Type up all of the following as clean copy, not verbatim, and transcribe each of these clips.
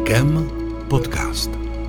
IKEM podcast.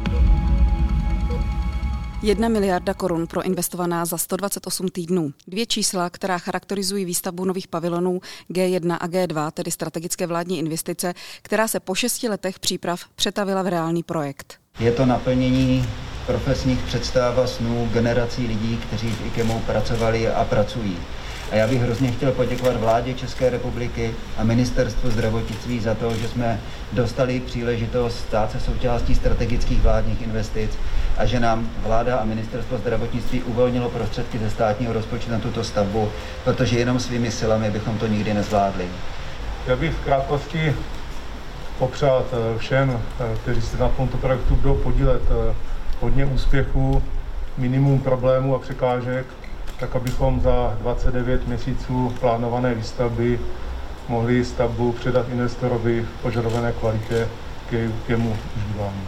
1 miliarda korun proinvestovaná za 128 týdnů. 2 čísla, která charakterizují výstavbu nových pavilonů G1 a G2, tedy strategické vládní investice, která se po 6 letech příprav přetavila v reálný projekt. Je to naplnění profesních představ a snů generací lidí, kteří v IKEMu pracovali a pracují. A já bych hrozně chtěl poděkovat vládě České republiky a ministerstvu zdravotnictví za to, že jsme dostali příležitost stát se součástí strategických vládních investic a že nám vláda a ministerstvo zdravotnictví uvolnilo prostředky ze státního rozpočtu na tuto stavbu, protože jenom svými silami bychom to nikdy nezvládli. Já bych v krátkosti popřát všem, kteří se na tomto projektu budou podílet, hodně úspěchů, minimum problémů a překážek, tak abychom za 29 měsíců plánované výstavby mohli stavbu předat investorovi v požadované kvalitě k jemu užívání.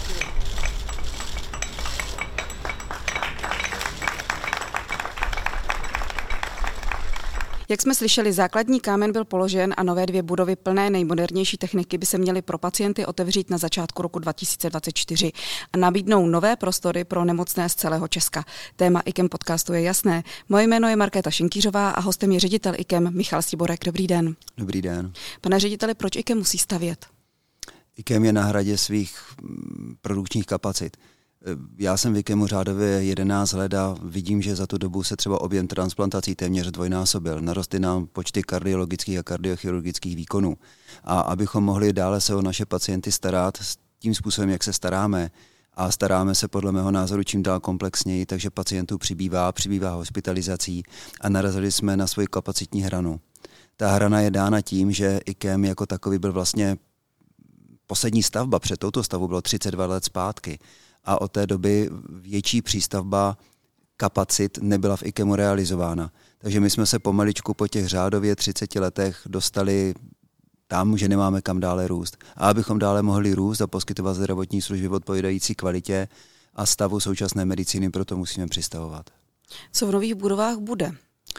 Jak jsme slyšeli, základní kámen byl položen a nové 2 budovy plné nejmodernější techniky by se měly pro pacienty otevřít na začátku roku 2024 a nabídnou nové prostory pro nemocné z celého Česka. Téma IKEM podcastu je jasné. Moje jméno je Markéta Šinkýřová a hostem je ředitel IKEM Michal Stiborek. Dobrý den. Dobrý den. Pane řediteli, proč IKEM musí stavět? IKEM je na hradě svých produkčních kapacit. Já jsem v IKEMu řádově 11 let a vidím, že za tu dobu se třeba objem transplantací téměř dvojnásobil. Narostly nám počty kardiologických a kardiochirurgických výkonů. A abychom mohli dále se o naše pacienty starat tím způsobem, jak se staráme, a staráme se podle mého názoru čím dál komplexněji, takže pacientů přibývá hospitalizací a narazili jsme na svoji kapacitní hranu. Ta hrana je dána tím, že IKEM jako takový byl vlastně poslední stavba, před touto stavbou bylo 32 let zpátky. A od té doby větší přístavba kapacit nebyla v IKEMu realizována. Takže my jsme se pomaličku po těch řádově 30 letech dostali tam, že nemáme kam dále růst. A abychom dále mohli růst a poskytovat zdravotní služby odpovídající kvalitě a stavu současné medicíny, proto musíme přistavovat. Co v nových budovách bude?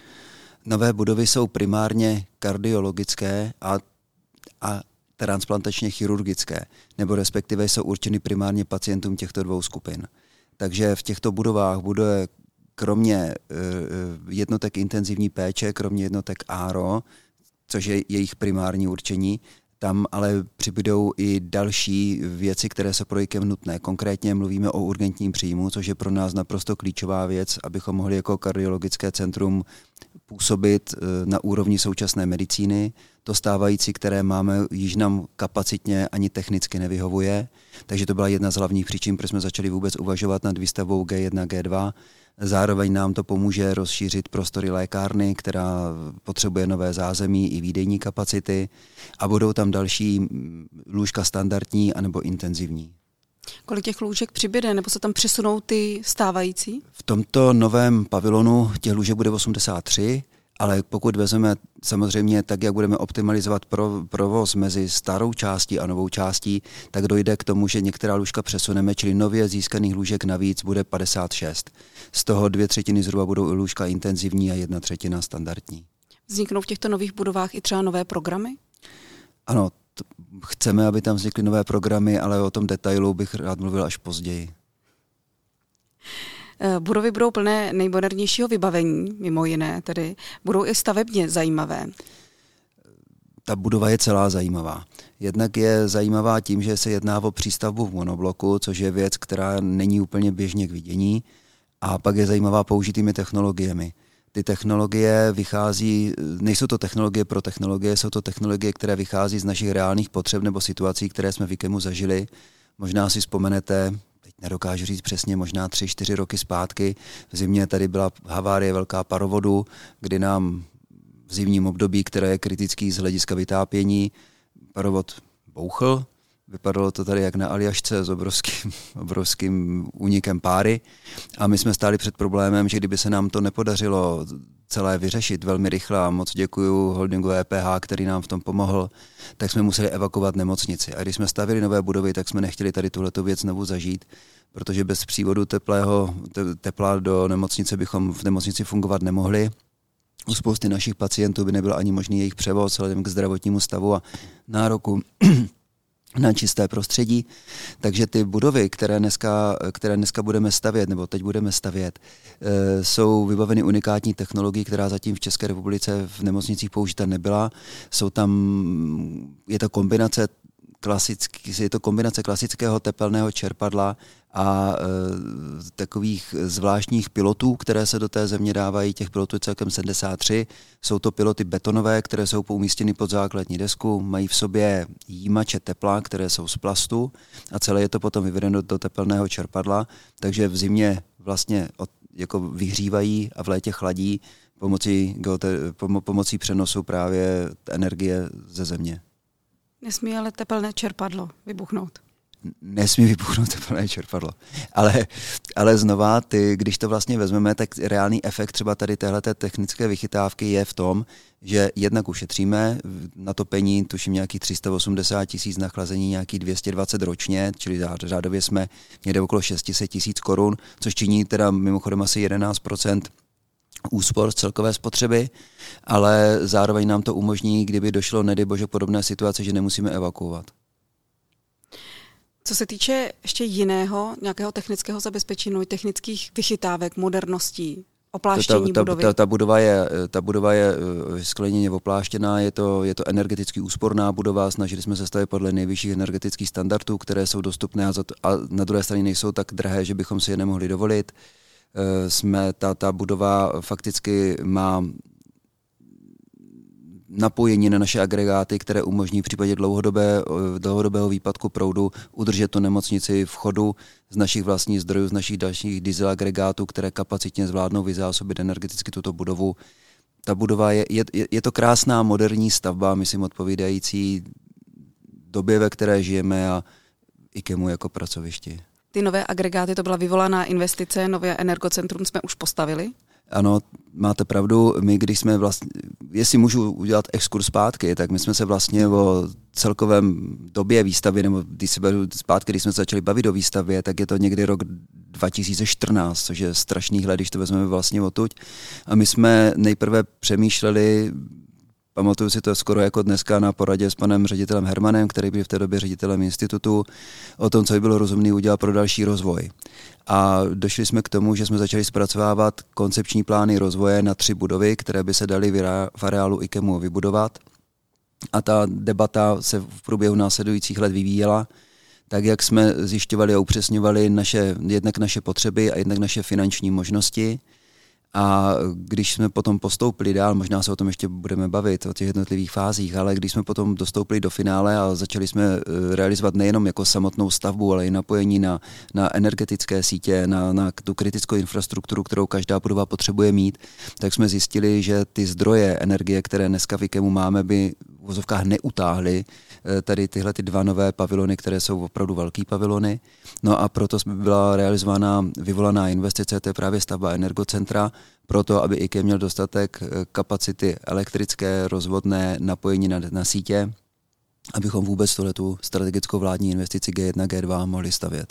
Nové budovy jsou primárně kardiologické a transplantačně chirurgické, nebo respektive jsou určeny primárně pacientům těchto 2 skupin. Takže v těchto budovách bude kromě jednotek intenzivní péče, kromě jednotek ARO, což je jejich primární určení, tam ale přibydou i další věci, které jsou pro IKEM nutné. Konkrétně mluvíme o urgentním příjmu, což je pro nás naprosto klíčová věc, abychom mohli jako kardiologické centrum působit na úrovni současné medicíny. To stávající, které máme, již nám kapacitně ani technicky nevyhovuje. Takže to byla jedna z hlavních příčin, proč jsme začali vůbec uvažovat nad výstavbou G1, G2. Zároveň nám to pomůže rozšířit prostory lékárny, která potřebuje nové zázemí i výdejní kapacity a budou tam další lůžka standardní anebo intenzivní. Kolik těch lůžek přibyde, nebo se tam přesunou ty stávající? V tomto novém pavilonu těch lůžek bude 83, ale pokud vezmeme samozřejmě tak, jak budeme optimalizovat provoz mezi starou částí a novou částí, tak dojde k tomu, že některá lůžka přesuneme, čili nově získaných lůžek navíc bude 56. Z toho 2/3 zhruba budou i lůžka intenzivní a 1/3 standardní. Vzniknou v těchto nových budovách i třeba nové programy? Ano, chceme, aby tam vznikly nové programy, ale o tom detailu bych rád mluvil až později. Budovy budou plné nejmodernějšího vybavení, mimo jiné tedy. Budou i stavebně zajímavé. Ta budova je celá zajímavá. Jednak je zajímavá tím, že se jedná o přístavbu v monobloku, což je věc, která není úplně běžně k vidění. A pak je zajímavá použitými technologiemi. Ty technologie nejsou to technologie pro technologie, jsou to technologie, které vychází z našich reálných potřeb nebo situací, které jsme v IKEMu zažili. Možná si vzpomenete, teď nedokážu říct přesně, možná 3-4 roky zpátky. V zimě tady byla havárie velká parovodu, kdy nám v zimním období, které je kritický z hlediska vytápění, parovod bouchl. Vypadalo to tady jak na Aljašce s obrovským únikem páry a my jsme stáli před problémem, že kdyby se nám to nepodařilo celé vyřešit velmi rychle a moc děkuju holdingu EPH, který nám v tom pomohl, tak jsme museli evakuovat nemocnici. A když jsme stavili nové budovy, tak jsme nechtěli tady tuhletu věc znovu zažít, protože bez přívodu tepla do nemocnice bychom v nemocnici fungovat nemohli. U spousty našich pacientů by nebyl ani možný jejich převoz vzhledem k zdravotnímu stavu a nároku na čisté prostředí. Takže ty budovy, které dneska budeme stavět, nebo teď budeme stavět, jsou vybaveny unikátní technologií, která zatím v České republice v nemocnicích použita nebyla. Je to kombinace klasického tepelného čerpadla a takových zvláštních pilotů, které se do té země dávají. Těch pilotů je celkem 73. Jsou to piloty betonové, které jsou umístěny pod základní desku, mají v sobě jímače tepla, které jsou z plastu a celé je to potom vyvedeno do tepelného čerpadla, takže v zimě vlastně jako vyhřívají a v létě chladí pomocí přenosu právě energie ze země. Nesmí ale tepelné čerpadlo vybuchnout. Nesmí vybuchnout tepelné čerpadlo. Ale znova, když to vlastně vezmeme, tak reálný efekt třeba tady téhleté technické vychytávky je v tom, že jednak ušetříme na topení, tuším nějakých 380 000, na chlazení nějakých 220 ročně, čili řádově jsme někde okolo 600 000 korun, což činí teda mimochodem asi 11% úspor z celkové spotřeby, ale zároveň nám to umožní, kdyby došlo, nedej bože, podobné situace, že nemusíme evakuovat. Co se týče ještě jiného, nějakého technického zabezpečení, technických vychytávek, moderností, opláštění budovy? Ta budova je skleněně opláštěná, je to energeticky úsporná budova, snažili jsme se stavět podle nejvyšších energetických standardů, které jsou dostupné a na druhé straně nejsou tak drahé, že bychom si je nemohli dovolit. Ta budova fakticky má napojení na naše agregáty, které umožní v případě dlouhodobého výpadku proudu udržet tu nemocnici v chodu z našich vlastních zdrojů, z našich dalších diesel agregátů, které kapacitně zvládnou vyzásobit energeticky tuto budovu. Ta budova je to krásná moderní stavba, myslím odpovídající době, ve které žijeme a IKEMu jako pracovišti. Ty nové agregáty, to byla vyvolaná investice, nové energocentrum jsme už postavili? Ano, máte pravdu. My, když jsme jestli můžu udělat exkurs zpátky, tak my jsme se vlastně o celkovém době výstavy, nebo když se zpátky, když jsme se začali bavit o výstavě, tak je to někdy rok 2014, což je strašný let, když to vezmeme vlastně odtud. A my jsme nejprve přemýšleli, pamatuju si to skoro jako dneska na poradě s panem ředitelem Hermanem, který byl v té době ředitelem institutu, o tom, co by bylo rozumné udělat pro další rozvoj. A došli jsme k tomu, že jsme začali zpracovávat koncepční plány rozvoje na 3 budovy, které by se daly v areálu IKEMu vybudovat. A ta debata se v průběhu následujících let vyvíjela, tak jak jsme zjišťovali a upřesňovali jednak naše potřeby a jednak naše finanční možnosti. A když jsme potom postoupili dál, možná se o tom ještě budeme bavit, o těch jednotlivých fázích, ale když jsme potom dostoupili do finále a začali jsme realizovat nejenom jako samotnou stavbu, ale i napojení na energetické sítě, na tu kritickou infrastrukturu, kterou každá budova potřebuje mít, tak jsme zjistili, že ty zdroje energie, které dneska v IKEMu máme, by v vozovkách neutáhly tady tyhle 2 nové pavilony, které jsou opravdu velký pavilony. No a proto byla realizována vyvolaná investice, to je právě stavba energocentra, proto, aby IKEM měl dostatek kapacity elektrické, rozvodné, napojení na sítě, abychom vůbec tuhletu strategickou vládní investici G1, G2 mohli stavět.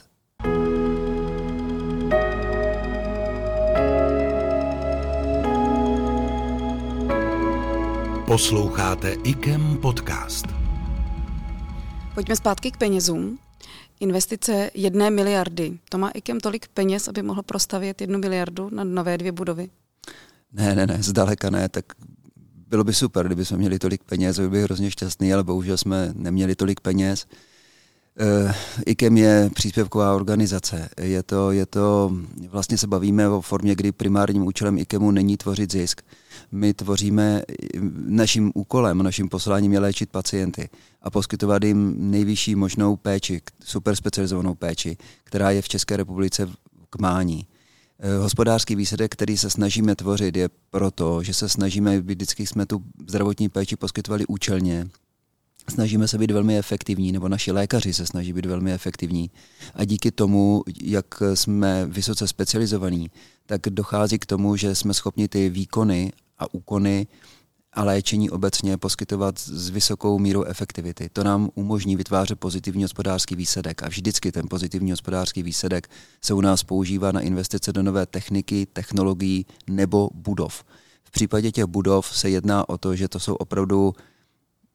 Posloucháte IKEM podcast. Pojďme zpátky k penězům. Investice 1 miliardy. To má IKEM tolik peněz, aby mohl prostavět 1 miliardu na nové 2 budovy? Ne, zdaleka ne. Tak bylo by super, kdyby jsme měli tolik peněz, by byl hrozně šťastný, ale bohužel jsme neměli tolik peněz. IKEM je příspěvková organizace. Je to, vlastně se bavíme o formě, kdy primárním účelem IKEMu není tvořit zisk. My tvoříme, naším úkolem, naším posláním je léčit pacienty a poskytovat jim nejvyšší možnou péči, superspecializovanou péči, která je v České republice k mání. Hospodářský výsledek, který se snažíme tvořit, je proto, že se snažíme, vždycky jsme tu zdravotní péči poskytovali účelně, snažíme se být velmi efektivní, nebo naši lékaři se snaží být velmi efektivní. A díky tomu, jak jsme vysoce specializovaní, tak dochází k tomu, že jsme schopni ty výkony a úkony a léčení obecně poskytovat s vysokou mírou efektivity. To nám umožní vytvářet pozitivní hospodářský výsledek. A vždycky ten pozitivní hospodářský výsledek se u nás používá na investice do nové techniky, technologií nebo budov. V případě těch budov se jedná o to, že to jsou opravdu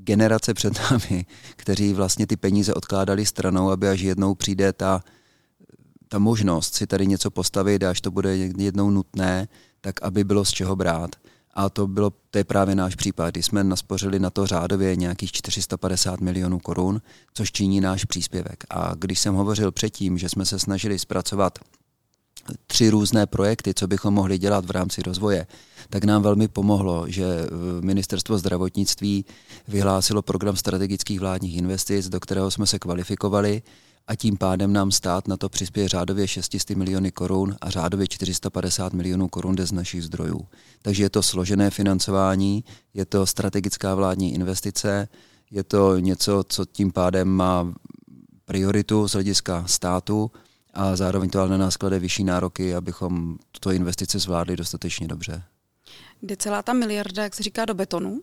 generace před námi, kteří vlastně ty peníze odkládali stranou, aby až jednou přijde ta možnost si tady něco postavit, až to bude jednou nutné, tak aby bylo z čeho brát. A to je právě náš případ, kdy jsme naspořili na to řádově nějakých 450 milionů korun, což činí náš příspěvek. A když jsem hovořil předtím, že jsme se snažili zpracovat 3 různé projekty, co bychom mohli dělat v rámci rozvoje, tak nám velmi pomohlo, že Ministerstvo zdravotnictví vyhlásilo program strategických vládních investic, do kterého jsme se kvalifikovali, a tím pádem nám stát na to přispěje řádově 600 miliony korun a řádově 450 milionů korun jde z našich zdrojů. Takže je to složené financování, je to strategická vládní investice, je to něco, co tím pádem má prioritu z hlediska státu a zároveň to ale na nás klade vyšší nároky, abychom tuto investici zvládli dostatečně dobře. Jde celá ta miliarda, jak se říká, do betonu?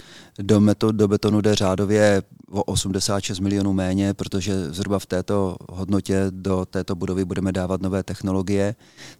Do betonu jde řádově o 86 milionů méně, protože zhruba v této hodnotě do této budovy budeme dávat nové technologie.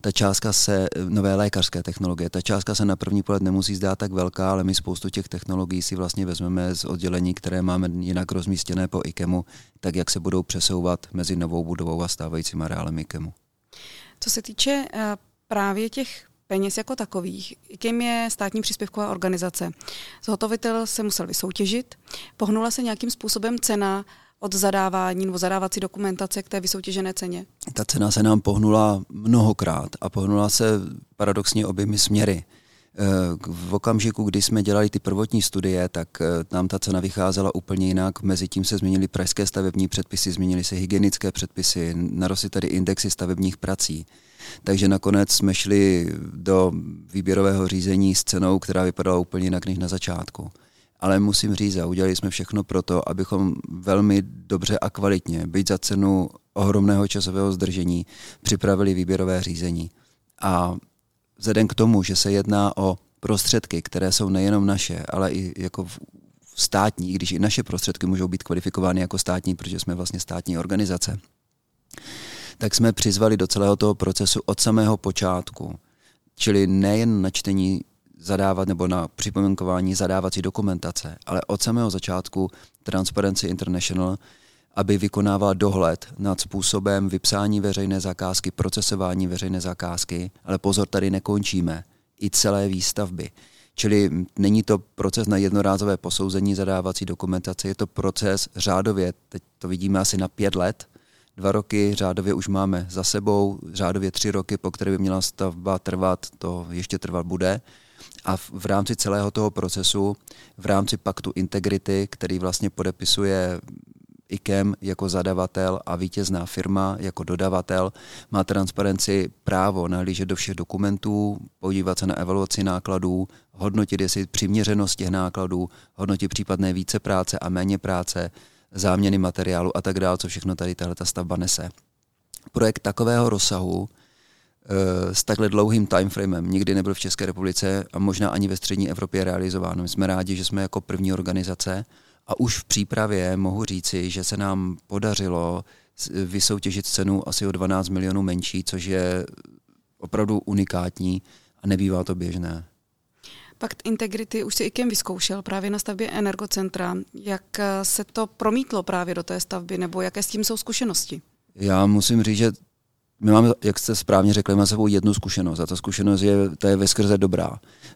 Nové lékařské technologie. Ta částka se na první pohled nemusí zdát tak velká, ale my spoustu těch technologií si vlastně vezmeme z oddělení, které máme jinak rozmístěné po IKEMu, tak jak se budou přesouvat mezi novou budovou a stávajícím areálem IKEMu. Co se týče právě těch peněz jako takových, IKEM je státní příspěvková organizace. Zhotovitel se musel vysoutěžit, pohnula se nějakým způsobem cena od zadávání nebo zadávací dokumentace k té vysoutěžené ceně? Ta cena se nám pohnula mnohokrát a pohnula se paradoxně oběmi směry. V okamžiku, kdy jsme dělali ty prvotní studie, tak nám ta cena vycházela úplně jinak. Mezitím se změnily pražské stavební předpisy, změnily se hygienické předpisy, narostly tady indexy stavebních prací. Takže nakonec jsme šli do výběrového řízení s cenou, která vypadala úplně jinak než na začátku. Ale musím říct, a udělali jsme všechno pro to, abychom velmi dobře a kvalitně, byť za cenu ohromného časového zdržení, připravili výběrové řízení. A vzhledem k tomu, že se jedná o prostředky, které jsou nejenom naše, ale i jako státní, když i naše prostředky můžou být kvalifikovány jako státní, protože jsme vlastně státní organizace, tak jsme přizvali do celého toho procesu od samého počátku, čili nejen na čtení zadávat nebo na připomínkování zadávací dokumentace, ale od samého začátku Transparency International, aby vykonával dohled nad způsobem vypsání veřejné zakázky, procesování veřejné zakázky, ale pozor, tady nekončíme, i celé výstavby. Čili není to proces na jednorázové posouzení zadávací dokumentace, je to proces řádově, teď to vidíme asi na 5 let, 2 roky řádově už máme za sebou, řádově 3 roky, po které by měla stavba trvat, to ještě trvat bude. A v rámci celého toho procesu, v rámci paktu integrity, který vlastně podepisuje IKEM jako zadavatel a vítězná firma jako dodavatel, má Transparency právo nahlížet do všech dokumentů, podívat se na evaluaci nákladů, hodnotit jestli přiměřenost těch nákladů, hodnotit případné více práce a méně práce, záměny materiálu a tak dále, co všechno tady tahleta stavba nese. Projekt takového rozsahu s takhle dlouhým timeframem nikdy nebyl v České republice a možná ani ve střední Evropě realizován. My jsme rádi, že jsme jako první organizace a už v přípravě mohu říci, že se nám podařilo vysoutěžit cenu asi o 12 milionů menší, což je opravdu unikátní a nebývá to běžné. Pakt integrity už si IKEM vyzkoušel právě na stavbě Energocentra. Jak se to promítlo právě do té stavby, nebo jaké s tím jsou zkušenosti? Já musím říct, že my máme, jak jste správně řekli, máme sebou jednu zkušenost a ta zkušenost je veskrze dobrá.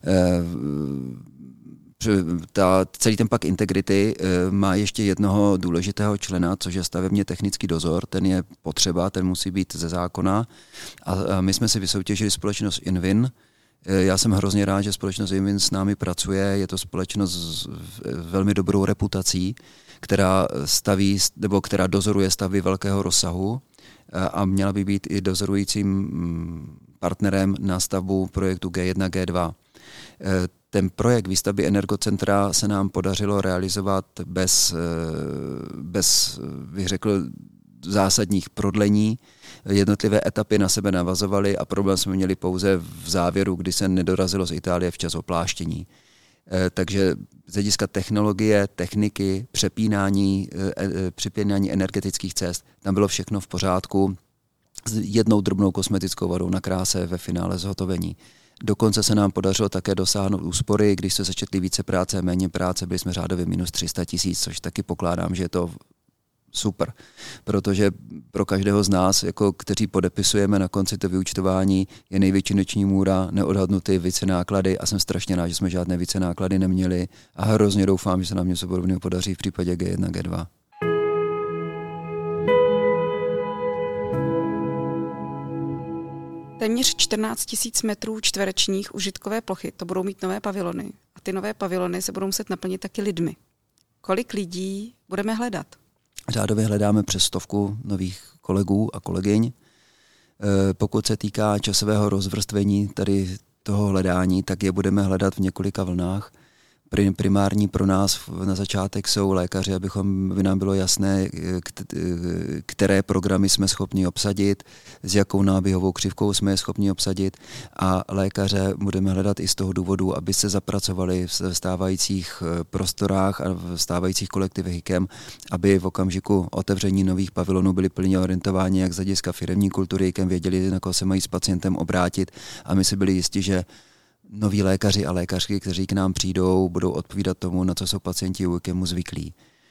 Celý ten pakt integrity má ještě jednoho důležitého člena, což je stavebně technický dozor, ten je potřeba, ten musí být ze zákona a my jsme si vysoutěžili společnost Invin. Já jsem hrozně rád, že společnost Invin s námi pracuje, je to společnost s velmi dobrou reputací, která dozoruje stavby velkého rozsahu a měla by být i dozorujícím partnerem na stavbu projektu G1, G2. Ten projekt výstavby Energocentra se nám podařilo realizovat bez bych řekl, zásadních prodlení. Jednotlivé etapy na sebe navazovaly a problém jsme měli pouze v závěru, kdy se nedorazilo z Itálie včas opláštění. Takže z hlediska technologie, techniky, přepínání energetických cest, tam bylo všechno v pořádku s jednou drobnou kosmetickou vadou na kráse ve finále zhotovení. Dokonce se nám podařilo také dosáhnout úspory, když se sečetli více práce, méně práce, byli jsme řádově minus 300 000, což taky pokládám, že je to super, protože pro každého z nás, jako kteří podepisujeme na konci to vyúčtování, je největší noční můra, neodhadnuty více náklady a jsem strašně rád, že jsme žádné více náklady neměli a hrozně doufám, že se nám něco podobného podaří v případě G1, G2. Téměř 14 000 metrů čtverečních užitkové plochy, to budou mít nové pavilony. A ty nové pavilony se budou muset naplnit taky lidmi. Kolik lidí budeme hledat? Řádově hledáme přes 100 nových kolegů a kolegyň. Pokud se týká časového rozvrstvení tady toho hledání, tak je budeme hledat v několika vlnách. Primární pro nás na začátek jsou lékaři, aby nám bylo jasné, které programy jsme schopni obsadit, s jakou náběhovou křivkou jsme je schopni obsadit a lékaře budeme hledat i z toho důvodu, aby se zapracovali v stávajících prostorách a v stávajících kolektivech IKEM, aby v okamžiku otevření nových pavilonů byli plně orientováni jak z hlediska firemní kultury IKEM, věděli, na koho se mají s pacientem obrátit a my si byli jisti, že noví lékaři a lékařky, kteří k nám přijdou, budou odpovídat tomu, na co jsou pacienti u IKEMu zvyklí.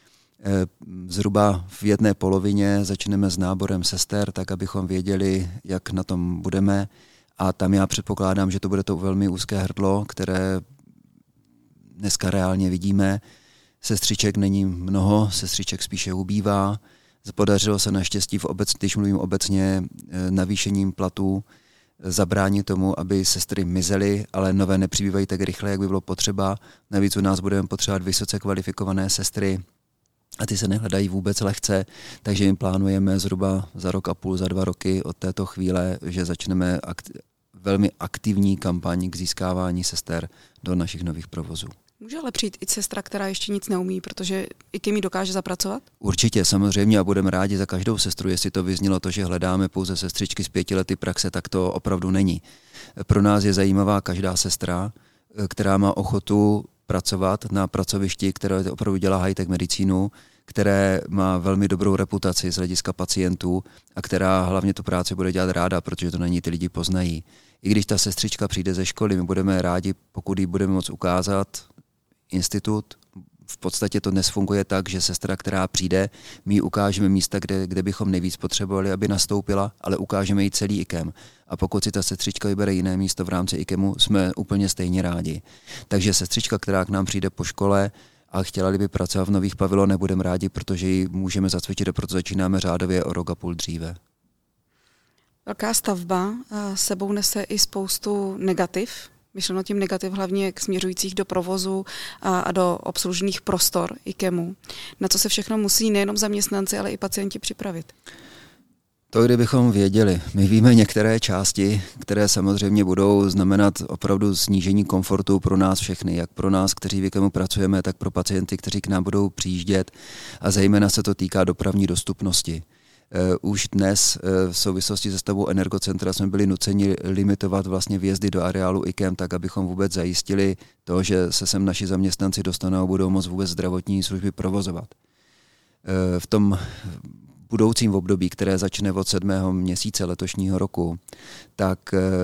Zhruba v jedné polovině začneme s náborem sester, tak abychom věděli, jak na tom budeme. A tam já předpokládám, že to bude to velmi úzké hrdlo, které dneska reálně vidíme. Sestřiček není mnoho, sestřiček spíše ubývá. Podařilo se naštěstí, když mluvím obecně, navýšením platů, zabránit tomu, aby sestry mizely, ale nové nepřibývají tak rychle, jak by bylo potřeba. Navíc u nás budeme potřebovat vysoce kvalifikované sestry a ty se nehledají vůbec lehce, takže jim plánujeme zhruba za rok a půl, za 2 roky od této chvíle, že začneme velmi aktivní kampaň k získávání sester do našich nových provozů. Může ale přijít i sestra, která ještě nic neumí, protože IKEM ji dokáže zapracovat? Určitě, samozřejmě a budeme rádi za každou sestru, jestli to vyznělo to, že hledáme pouze sestřičky z 5 lety praxe, tak to opravdu není. Pro nás je zajímavá každá sestra, která má ochotu pracovat na pracovišti, které opravdu dělá high-tech medicínu, které má velmi dobrou reputaci z hlediska pacientů a která hlavně tu práci bude dělat ráda, protože to na ní ty lidi poznají. I když ta sestřička přijde ze školy, my budeme rádi, pokud jí budeme moct ukázat institut. V podstatě to dnes funguje tak, že sestra, která přijde, my jí ukážeme místa, kde bychom nejvíc potřebovali, aby nastoupila, ale ukážeme jí celý IKEM. A pokud si ta sestřička vybere jiné místo v rámci IKEMu, jsme úplně stejně rádi. Takže sestřička, která k nám přijde po škole a chtěla by pracovat v nových pavilonech, budeme rádi, protože ji můžeme zacvičit a proto začínáme řádově o rok a půl dříve. Velká stavba sebou nese i spoustu negativ. Myšleno tím negativ hlavně k směřujících do provozu a do obslužných prostor IKEMu. Na co se všechno musí nejenom zaměstnanci, ale i pacienti připravit? To, kdybychom věděli. My víme některé části, které samozřejmě budou znamenat opravdu snížení komfortu pro nás všechny, jak pro nás, kteří v IKEMu pracujeme, tak pro pacienty, kteří k nám budou přijíždět a zejména se to týká dopravní dostupnosti. Už dnes v souvislosti se stavbou Energocentra jsme byli nuceni limitovat vlastně vjezdy do areálu IKEM tak, abychom vůbec zajistili to, že se sem naši zaměstnanci dostanou a budou moct vůbec zdravotní služby provozovat. V tom budoucím období, které začne od 7. měsíce letošního roku, tak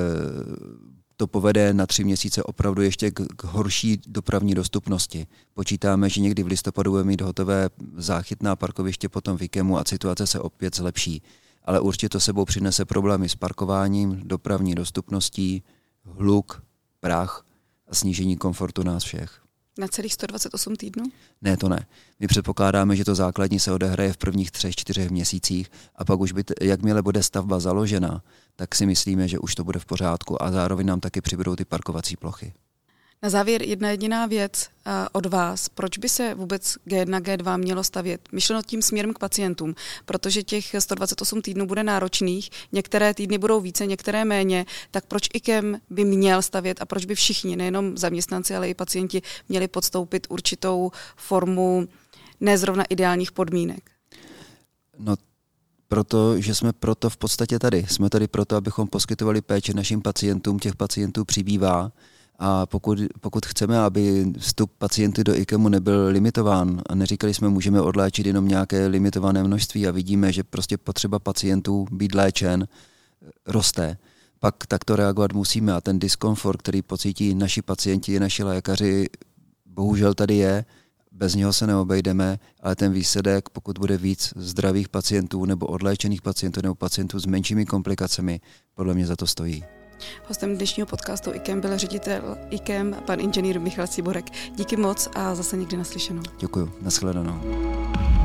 to povede na 3 měsíce opravdu ještě k horší dopravní dostupnosti. Počítáme, že někdy v listopadu budeme mít hotové záchytná parkoviště potom v IKEMu a situace se opět zlepší. Ale určitě to sebou přinese problémy s parkováním, dopravní dostupností, hluk, prach a snížení komfortu nás všech. Na celých 128 týdnů? Ne, to ne. My předpokládáme, že to základní se odehraje v prvních 3-4 měsících a pak už jakmile bude stavba založena, tak si myslíme, že už to bude v pořádku a zároveň nám taky přibudou ty parkovací plochy. Na závěr jedna jediná věc od vás. Proč by se vůbec G1, G2 mělo stavět? Myšleno tím směrem k pacientům, protože těch 128 týdnů bude náročných, některé týdny budou více, některé méně, tak proč IKEM by měl stavět a proč by všichni, nejenom zaměstnanci, ale i pacienti, měli podstoupit určitou formu nezrovna ideálních podmínek? No, protože jsme proto v podstatě tady. Jsme tady proto, abychom poskytovali péči našim pacientům, těch pacientů přibývá. A pokud chceme, aby vstup pacientů do IKEMu nebyl limitován a neříkali jsme, můžeme odléčit jenom nějaké limitované množství a vidíme, že prostě potřeba pacientů být léčen roste, pak takto reagovat musíme a ten diskomfort, který pocítí naši pacienti, naši lékaři, bohužel tady je, bez něho se neobejdeme, ale ten výsledek, pokud bude víc zdravých pacientů nebo odléčených pacientů nebo pacientů s menšími komplikacemi, podle mě za to stojí. Hostem dnešního podcastu IKEM byl ředitel IKEM, pan inženýr Michal Ciborek. Díky moc a zase někdy naslyšenou. Děkuju, nashledanou.